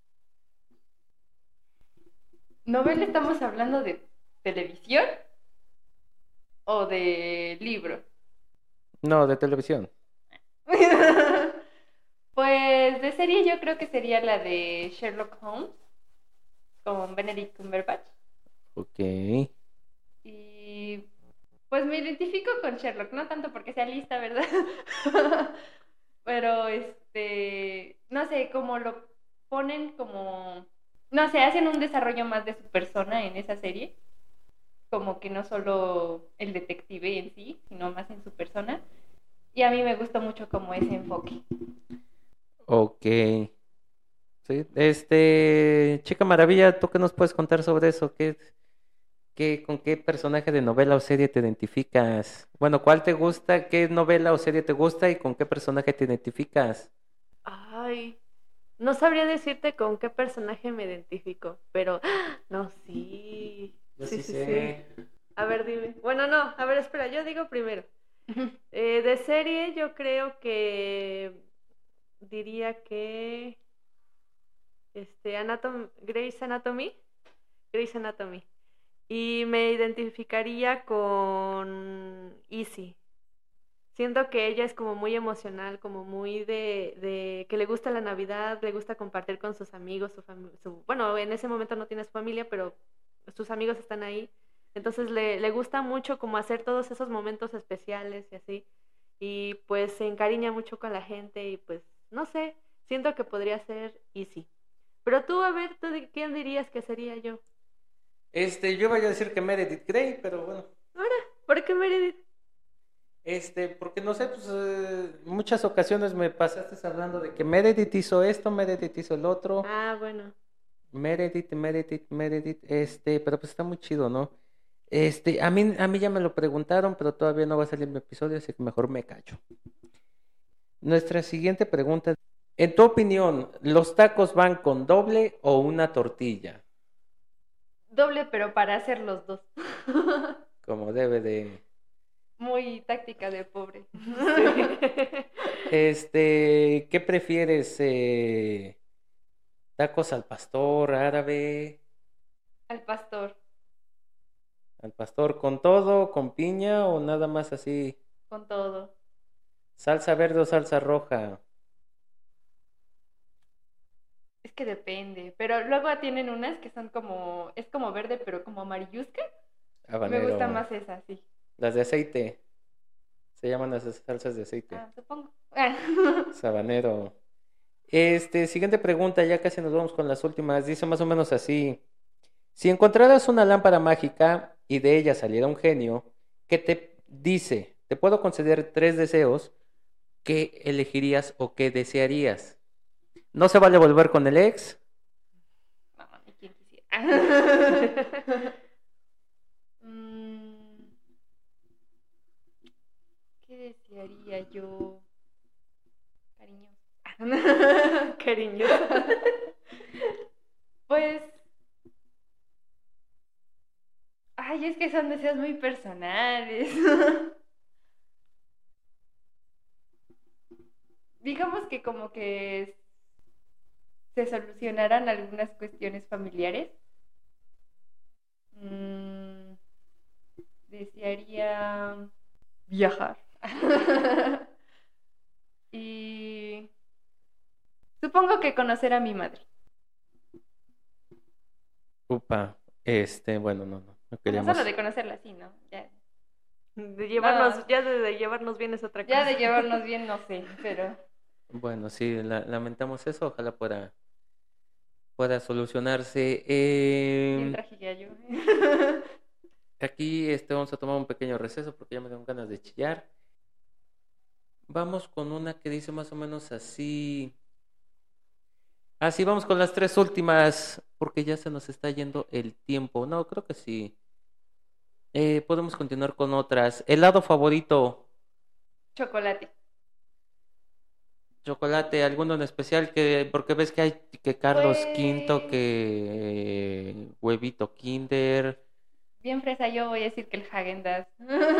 ¿Novela estamos hablando de televisión o de libro? No, de televisión. Pues de serie yo creo que sería la de Sherlock Holmes con Benedict Cumberbatch. Ok. Y pues me identifico con Sherlock, no tanto porque sea lista, ¿verdad? Pero este, no sé, como lo ponen como, no sé, hacen un desarrollo más de su persona en esa serie, como que no solo el detective en sí, sino más en su persona. Y a mí me gusta mucho como ese enfoque. Ok. Sí. Este, Chica Maravilla, ¿tú qué nos puedes contar sobre eso? ¿Qué, qué, con qué personaje de novela o serie te identificas? Bueno, ¿cuál te gusta? ¿Qué novela o serie te gusta y con qué personaje te identificas? Ay, no sabría decirte con qué personaje me identifico, pero no, sí. Yo Sí, sí sí, sí. sé. A ver, dime. Bueno, no, a ver, espera, yo digo primero. Eh, de serie, yo creo que diría que este Anatom Grey's Anatomy, Grey's Anatomy. Y me identificaría con Izzy. Siento que ella es como muy emocional, como muy de, de que le gusta la Navidad, le gusta compartir con sus amigos, su, fami- su bueno, en ese momento no tiene su familia, pero sus amigos están ahí. Entonces le, le gusta mucho como hacer todos esos momentos especiales y así. Y pues se encariña mucho con la gente y pues, no sé, siento que podría ser Easy. Pero tú, a ver, ¿tú de quién dirías que sería yo? Este, yo iba a decir que Meredith Grey, pero bueno. Ahora, ¿por qué Meredith? Este, porque no sé, pues eh, muchas ocasiones me pasaste hablando de que Meredith hizo esto, Meredith hizo el otro. Ah, bueno. Meredith, Meredith, Meredith, este, pero pues está muy chido, ¿no? Este, a mí, a mí ya me lo preguntaron, pero todavía no va a salir mi episodio, así que mejor me callo. Nuestra siguiente pregunta, en tu opinión, ¿los tacos van con doble o una tortilla? Doble, pero para hacer los dos. Como debe de... Muy táctica de pobre. Sí. Este, ¿qué prefieres? eh, ¿Tacos al pastor, árabe, Al pastor, al pastor con todo, con piña o nada más así? con todo. ¿Salsa verde o salsa roja? Es que depende. Pero luego tienen unas que son como, es como verde, pero como amarillusca. Me gusta Habanero. más esa, sí. Las de aceite. Se llaman las salsas de aceite. Ah, supongo. Ah. Sabanero. Este, siguiente pregunta, ya casi nos vamos con las últimas. Dice más o menos así. Si encontraras una lámpara mágica y de ella saliera un genio que te dice, te puedo conceder tres deseos, ¿qué elegirías o qué desearías? No se vale volver con el ex. No, ni quien quisiera. Mm, ¿qué desearía yo? Cariño. Cariñoso. Pues, ay, es que son deseos muy personales. Digamos que como que se solucionarán algunas cuestiones familiares. Mm, desearía viajar. Y supongo que conocer a mi madre. Upa, este, bueno, no, no, no Bueno, queríamos. solo de conocerla, sí, ¿no? Ya, De llevarnos, No. ya de, de llevarnos bien es otra cosa. ya de llevarnos bien, no sé, pero Bueno, sí, la- lamentamos eso, ojalá pueda, pueda solucionarse. Eh, bien trajilla yo. aquí este, vamos a tomar un pequeño receso porque ya me dan ganas de chillar. Vamos con una que dice más o menos así. Así vamos con las tres últimas porque ya se nos está yendo el tiempo. No, creo que sí. Eh, podemos continuar con otras. ¿Helado favorito? Chocolate. ¿Chocolate? ¿Alguno en especial? Que, porque ves que hay que Carlos Quinto, Pues que eh, huevito Kinder. bien fresa, yo voy a decir que el Häagen-Dazs.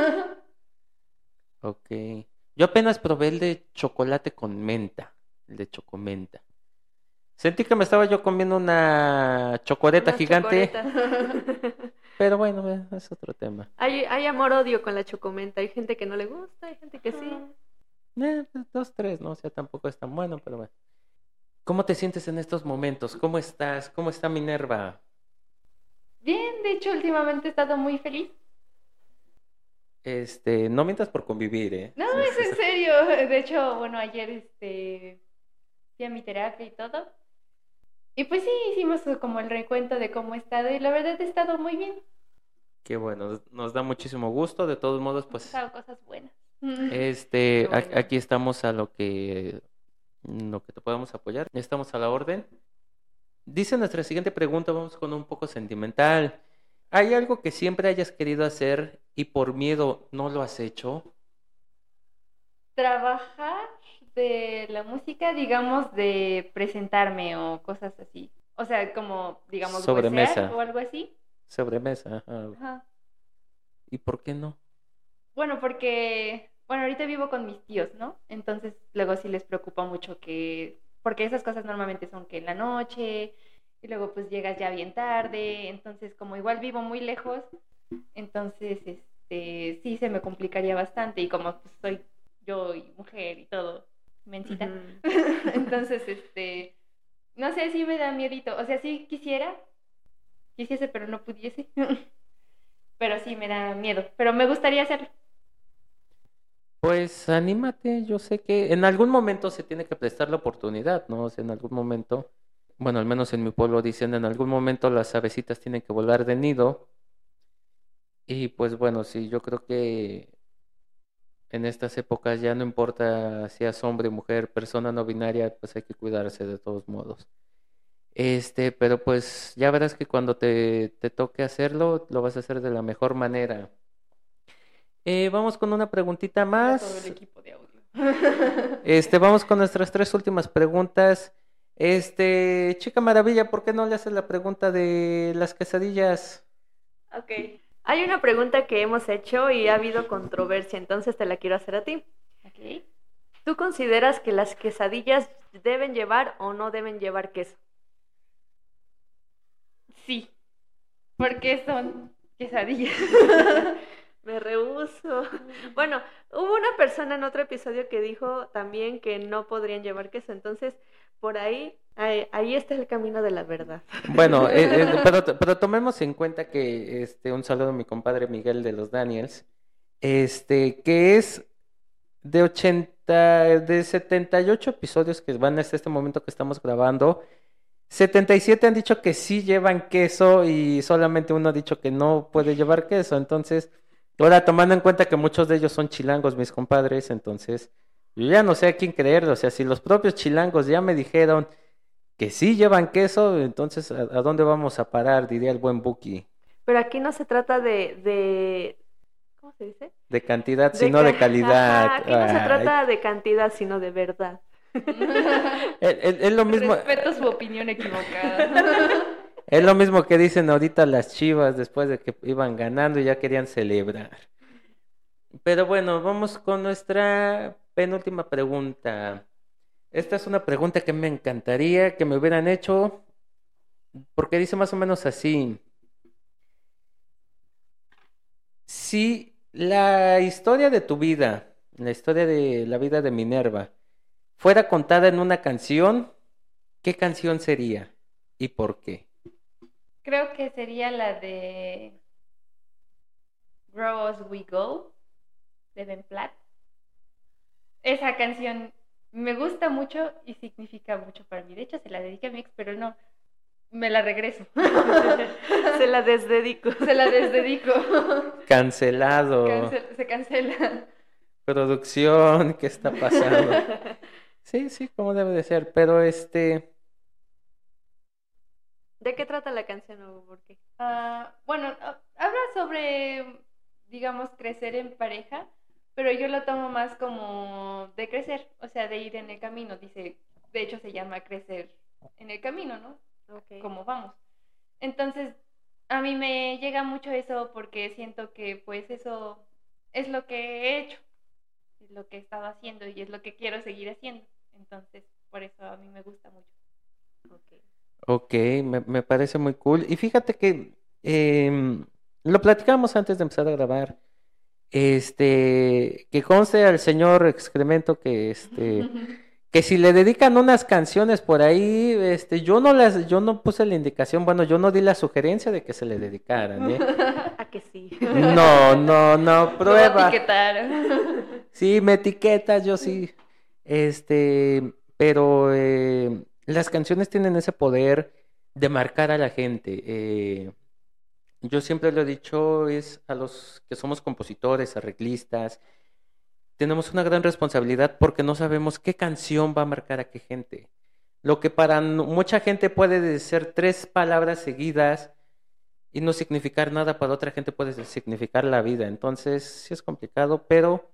Ok. Yo apenas probé el de chocolate con menta. El de chocomenta. Sentí que me estaba yo comiendo una chocoleta Unas gigante. chocoretas. Pero bueno, eh, es otro tema. Hay, hay amor-odio con la chocomenta. Hay gente que no le gusta, hay gente que sí. Eh, pues, dos, tres, ¿no? O sea, tampoco es tan bueno, pero bueno. ¿Cómo te sientes en estos momentos? ¿Cómo estás? ¿Cómo está Minerva? Bien, de hecho, últimamente he estado muy feliz. Este, no mientas por convivir, ¿eh? No, Sí, es sí, en sí. serio. De hecho, bueno, ayer este fui a mi terapia y todo. Y pues sí, hicimos como el recuento de cómo he estado y la verdad he estado muy bien. Qué bueno, nos da muchísimo gusto. De todos modos, He pues, pasado cosas buenas. este, Qué a- bueno. aquí estamos a lo que, lo que te podamos apoyar. Estamos a la orden. Dice nuestra siguiente pregunta, vamos con un poco sentimental. ¿Hay algo que siempre hayas querido hacer y por miedo no lo has hecho? Trabajar de la música, digamos, de presentarme o cosas así. O sea, como, digamos, Sobremesa. vocear o algo así. Sobremesa, ajá. Ajá. ¿Y por qué no? Bueno, porque, bueno, ahorita vivo con mis tíos, ¿no? Entonces, luego sí les preocupa mucho que, porque esas cosas normalmente son que en la noche, y luego pues llegas ya bien tarde, entonces como igual vivo muy lejos, entonces, este, sí se me complicaría bastante, y como pues, soy yo y mujer y todo, mensita, Ujú. entonces, este, no sé, sí me da miedito, o sea, sí quisiera, quisiese, pero no pudiese, pero sí me da miedo, pero me gustaría hacerlo. Pues anímate, yo sé que en algún momento se tiene que prestar la oportunidad, ¿no? O sea, en algún momento, bueno, al menos en mi pueblo dicen, en algún momento las avecitas tienen que volar de nido. Y pues bueno, sí, yo creo que en estas épocas ya no importa si es hombre, mujer, persona no binaria, pues hay que cuidarse de todos modos. Este, pero pues ya verás que cuando te, te toque hacerlo, lo vas a hacer de la mejor manera. Eh, vamos con una preguntita Mira todo el más. equipo de audio. Este, vamos con nuestras tres últimas preguntas. Este, chica maravilla, ¿por qué no le haces la pregunta de las quesadillas? Ok. Hay una pregunta que hemos hecho y ha habido controversia, entonces te la quiero hacer a ti. Ok. ¿Tú consideras que las quesadillas deben llevar o no deben llevar queso? Sí, porque son quesadillas. Me rehúso. Bueno, hubo una persona en otro episodio que dijo también que no podrían llevar queso, entonces por ahí, ahí, ahí está el camino de la verdad. Bueno, eh, eh, pero, pero tomemos en cuenta que este, un saludo a mi compadre Miguel de los Daniels, este, que es de ochenta, de setenta y ocho episodios que van hasta este momento que estamos grabando. setenta y siete han dicho que sí llevan queso y solamente uno ha dicho que no puede llevar queso. Entonces, ahora tomando en cuenta que muchos de ellos son chilangos, mis compadres, entonces yo ya no sé a quién creerle. O sea, si los propios chilangos ya me dijeron que sí llevan queso, entonces ¿a, a dónde vamos a parar? Diría el buen Buki. Pero aquí no se trata de, de ¿cómo se dice? De cantidad, De sino de ca- calidad. Ajá, aquí no se Ay, trata de cantidad, sino de verdad. es, es- es lo mismo. Respeto su opinión equivocada. Es lo mismo que dicen ahorita las Chivas después de que iban ganando y ya querían celebrar. Pero bueno, vamos con nuestra penúltima pregunta. Esta es una pregunta que me encantaría que me hubieran hecho, porque dice más o menos así. Si la historia de tu vida, la historia de la vida de Minerva, fuera contada en una canción, ¿qué canción sería y por qué? Creo que sería la de Grow As We Go, de Ben Platt. Esa canción me gusta mucho y significa mucho para mí. De hecho, se la dediqué a mi ex, pero no, me la regreso. Se la desdedico. Se la desdedico. Cancelado. Cancel- se cancela. Producción, ¿qué está pasando? Sí, sí, como debe de ser, pero este, ¿De qué trata la canción o por qué? Ah, bueno, ah, habla sobre, digamos, crecer en pareja, pero yo lo tomo más como de crecer, o sea, de ir en el camino. Dice, de hecho se llama crecer en el camino, ¿no? Ok. Como vamos. Entonces, a mí me llega mucho eso porque siento que pues eso es lo que he hecho, es lo que he estado haciendo y es lo que quiero seguir haciendo. Entonces, por eso a mí me gusta mucho. Ok. ok, me, me parece muy cool. Y fíjate que em, lo platicamos antes de empezar a grabar. Este, que conste al señor Excremento que este, que si le dedican unas canciones por ahí, este, yo no las, yo no puse la indicación, bueno, yo no di la sugerencia de que se le dedicaran, ¿eh? ¿A que sí? No, no, no, Lo voy a prueba. etiquetar. Sí, me etiquetas, yo sí. Este, pero eh, las canciones tienen ese poder de marcar a la gente. eh, yo siempre lo he dicho, es a los que somos compositores, arreglistas, tenemos una gran responsabilidad porque no sabemos qué canción va a marcar a qué gente. Lo que para n- mucha gente puede ser tres palabras seguidas y no significar nada, para otra gente puede significar la vida. Entonces, sí es complicado, pero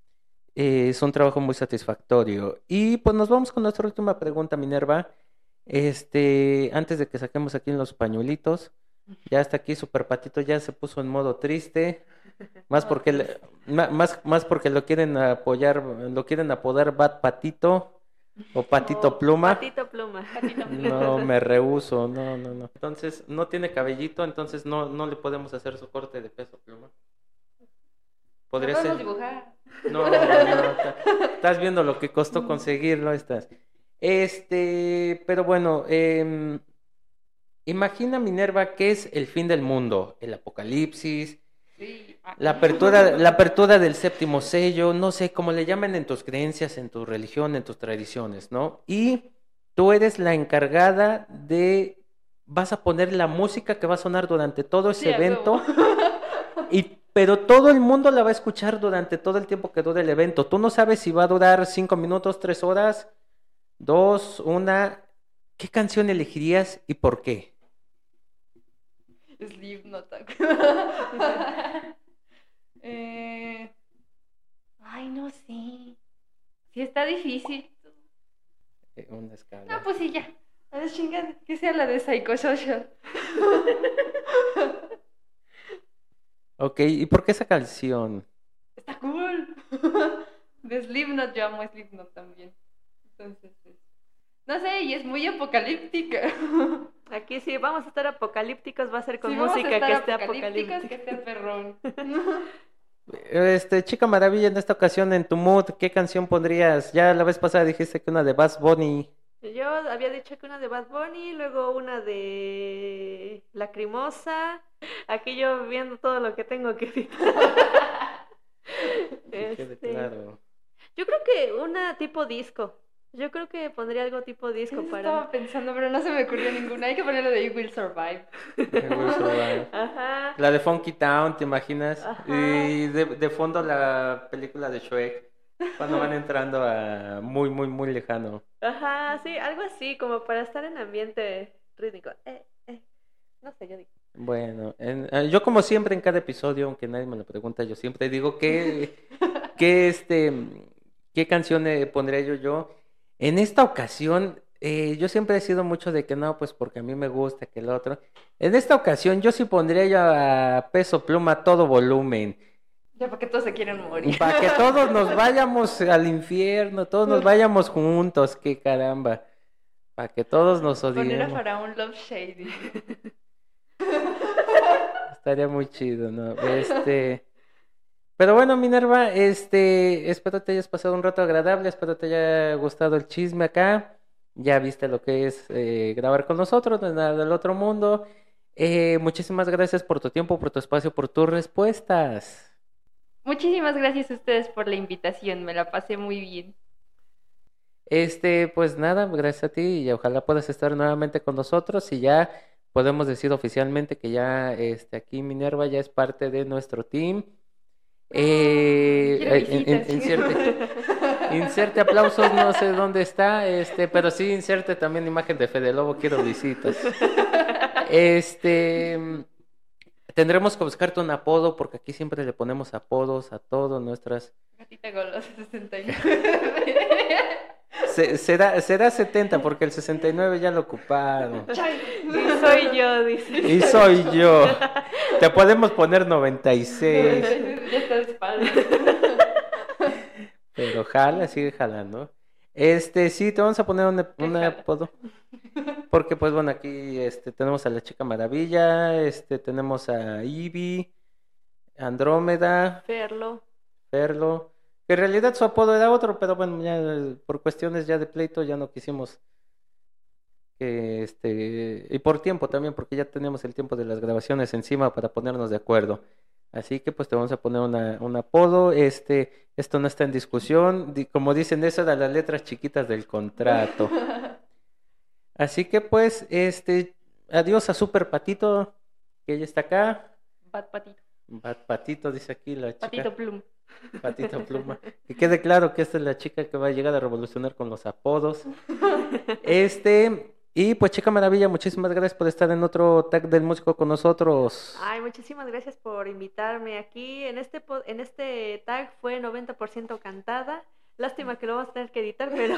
eh, es un trabajo muy satisfactorio. Y pues nos vamos con nuestra última pregunta, Minerva. Este, antes de que saquemos aquí los pañuelitos, ya está aquí Super Patito, ya se puso en modo triste. Más Modo porque le- triste. ma- más, más porque lo quieren apoyar, lo quieren apodar Bad Patito o Patito O Pluma. Patito Pluma. Patito No, me rehúso, no, no, no. Entonces, no tiene cabellito, entonces no, no le podemos hacer su corte de peso pluma. Lo Podría podemos ser. dibujar. No, no, ta- estás viendo lo que costó conseguirlo, estás. Este, pero bueno, em, imagina, Minerva, que es el fin del mundo, el apocalipsis, Sí. Ah. la apertura, la apertura del séptimo sello, no sé cómo le llaman en tus creencias, en tu religión, en tus tradiciones, ¿no? Y tú eres la encargada de, vas a poner la música que va a sonar durante todo ese Sí, a huevo. evento, y, pero todo el mundo la va a escuchar durante todo el tiempo que dure el evento. Tú no sabes si va a durar cinco minutos, tres horas, dos, una. ¿Qué canción elegirías y por qué? Slipknot. eh... Ay, no sé. Sí está difícil. Eh, Una escala. No, pues sí, ya. A ver, chingada, que sea la de Psychosocial. Ok, ¿y por qué esa canción? Está cool. De Slipknot, yo amo Slipknot también. Entonces, es- no sé, y es muy apocalíptica. Aquí sí, vamos a estar apocalípticos, va a ser con Sí, vamos a música estar que esté apocalípticos, apocalíptica. que esté perrón. Este, Chica Maravilla, en esta ocasión en tu mood, ¿qué canción pondrías? Ya la vez pasada dijiste que una de Bad Bunny. Yo había dicho que una de Bad Bunny, luego una de Lacrimosa. Aquí yo viendo todo lo que tengo que editar. Que quede Este, claro. Yo creo que una tipo disco. Yo creo que pondría algo tipo disco Eso para. estaba pensando, pero no se me ocurrió ninguna. Hay que ponerlo de You Will Survive. I Will Survive. Ajá. La de Funky Town, ¿te imaginas? Ajá. Y de, de fondo la película de Shrek, cuando van entrando a muy, muy, muy lejano. Ajá, sí, algo así, como para estar en ambiente rítmico. Eh, eh. No sé, yo digo. Bueno, en- eh, yo como siempre en cada episodio, aunque nadie me lo pregunta, yo siempre digo que, que este, qué canción eh, pondría yo yo. En esta ocasión, eh, yo siempre he sido mucho de que no, pues porque a mí me gusta que el otro. En esta ocasión, yo sí pondría yo a Peso Pluma a todo volumen. Ya, porque todos se quieren morir. Para que todos nos vayamos al infierno, todos nos vayamos juntos, qué caramba. Para que todos nos Poner a odiemos. Faraón Love Shady. estaría muy chido, ¿no? Este, pero bueno, Minerva, este, espero te hayas pasado un rato agradable, espero te haya gustado el chisme acá. Ya viste lo que es eh, grabar con nosotros, no es nada del otro mundo. Eh, muchísimas gracias por tu tiempo, por tu espacio, por tus respuestas. Muchísimas gracias a ustedes por la invitación, me la pasé muy bien. Este, pues nada, gracias a ti y ojalá puedas estar nuevamente con nosotros y ya podemos decir oficialmente que ya este, aquí Minerva ya es parte de nuestro team. Eh, Quiero eh, in- in- visitas. inserte, inserte aplausos, no sé dónde está, este, pero sí inserte también imagen de Fede Lobo, quiero visitas. Este, mm, tendremos que buscarte un apodo porque aquí siempre le ponemos apodos a todas nuestras. Gatita Golosa sesenta y nueve. Se- será, será setenta porque el sesenta y nueve ya lo ocuparon. Y soy yo, dice. Y soy yo. Te podemos poner noventa y seis. Ya está de espalda. Pero jala, sigue jalando. Este, sí, te vamos a poner un, un jala. apodo. Porque, pues bueno, aquí este, tenemos a la Chica Maravilla, este, tenemos a Ivy, Andrómeda, Ferlo. Perlo. Que en realidad su apodo era otro, pero bueno, ya eh, por cuestiones ya de pleito ya no quisimos que este y por tiempo también, porque ya teníamos el tiempo de las grabaciones encima para ponernos de acuerdo. Así que pues te vamos a poner una, un apodo. Este, esto no está en discusión. Di- como dicen, eso eran las letras chiquitas del contrato. Así que pues, este, adiós a Super Patito, que ella está acá. Pat Patito. Pat- Patito, dice aquí la chica. Patito Plum. Patito Pluma. Que quede claro que esta es la chica que va a llegar a revolucionar con los apodos. Este, y pues Chica Maravilla, muchísimas gracias por estar en otro tag del músico con nosotros. Ay, muchísimas gracias por invitarme aquí. En este po- en este tag fue noventa por ciento cantada. Lástima que lo vamos a tener que editar, pero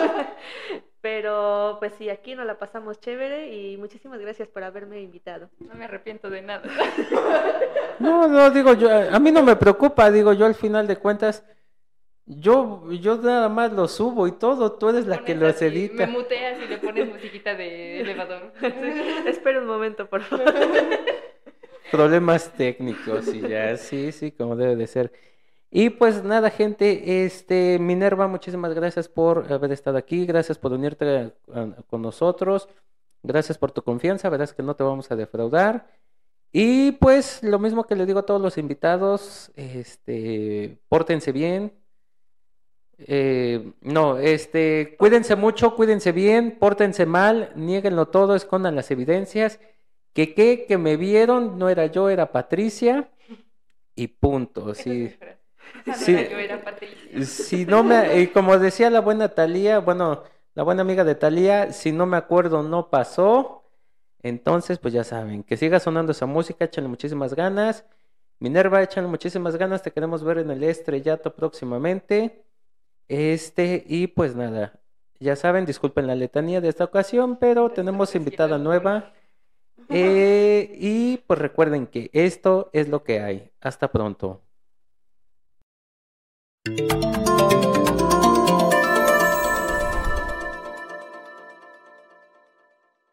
pero pues sí, aquí nos la pasamos chévere y muchísimas gracias por haberme invitado. No me arrepiento de nada. No, no, digo yo, a mí no me preocupa, digo yo al final de cuentas, yo, yo nada más lo subo y todo, tú eres la que Pones los así, edita. Me muteas y le pones musiquita de elevador. Espera un momento, por favor. Problemas técnicos y ya, sí, sí, como debe de ser. Y pues nada, gente, este, Minerva, muchísimas gracias por haber estado aquí, gracias por unirte a- a- con nosotros, gracias por tu confianza, verás que no te vamos a defraudar. Y pues lo mismo que le digo a todos los invitados, este, pórtense bien. Eh, no, este, cuídense mucho, cuídense bien, pórtense mal, niéguenlo todo, escondan las evidencias. Que qué, que me vieron, no era yo, era Patricia. Y punto, Esa es sí. mi frase. Esa no Sí. era yo, era Patricia. Si no me, y como decía la buena Talía, bueno, la buena amiga de Talía, si no me acuerdo, no pasó. Entonces, pues ya saben, que siga sonando esa música, échenle muchísimas ganas. Minerva, échenle muchísimas ganas, te queremos ver en el estrellato próximamente. Este, y pues nada, ya saben, disculpen la letanía de esta ocasión, pero tenemos invitada nueva. Eh, y pues recuerden que esto es lo que hay. Hasta pronto.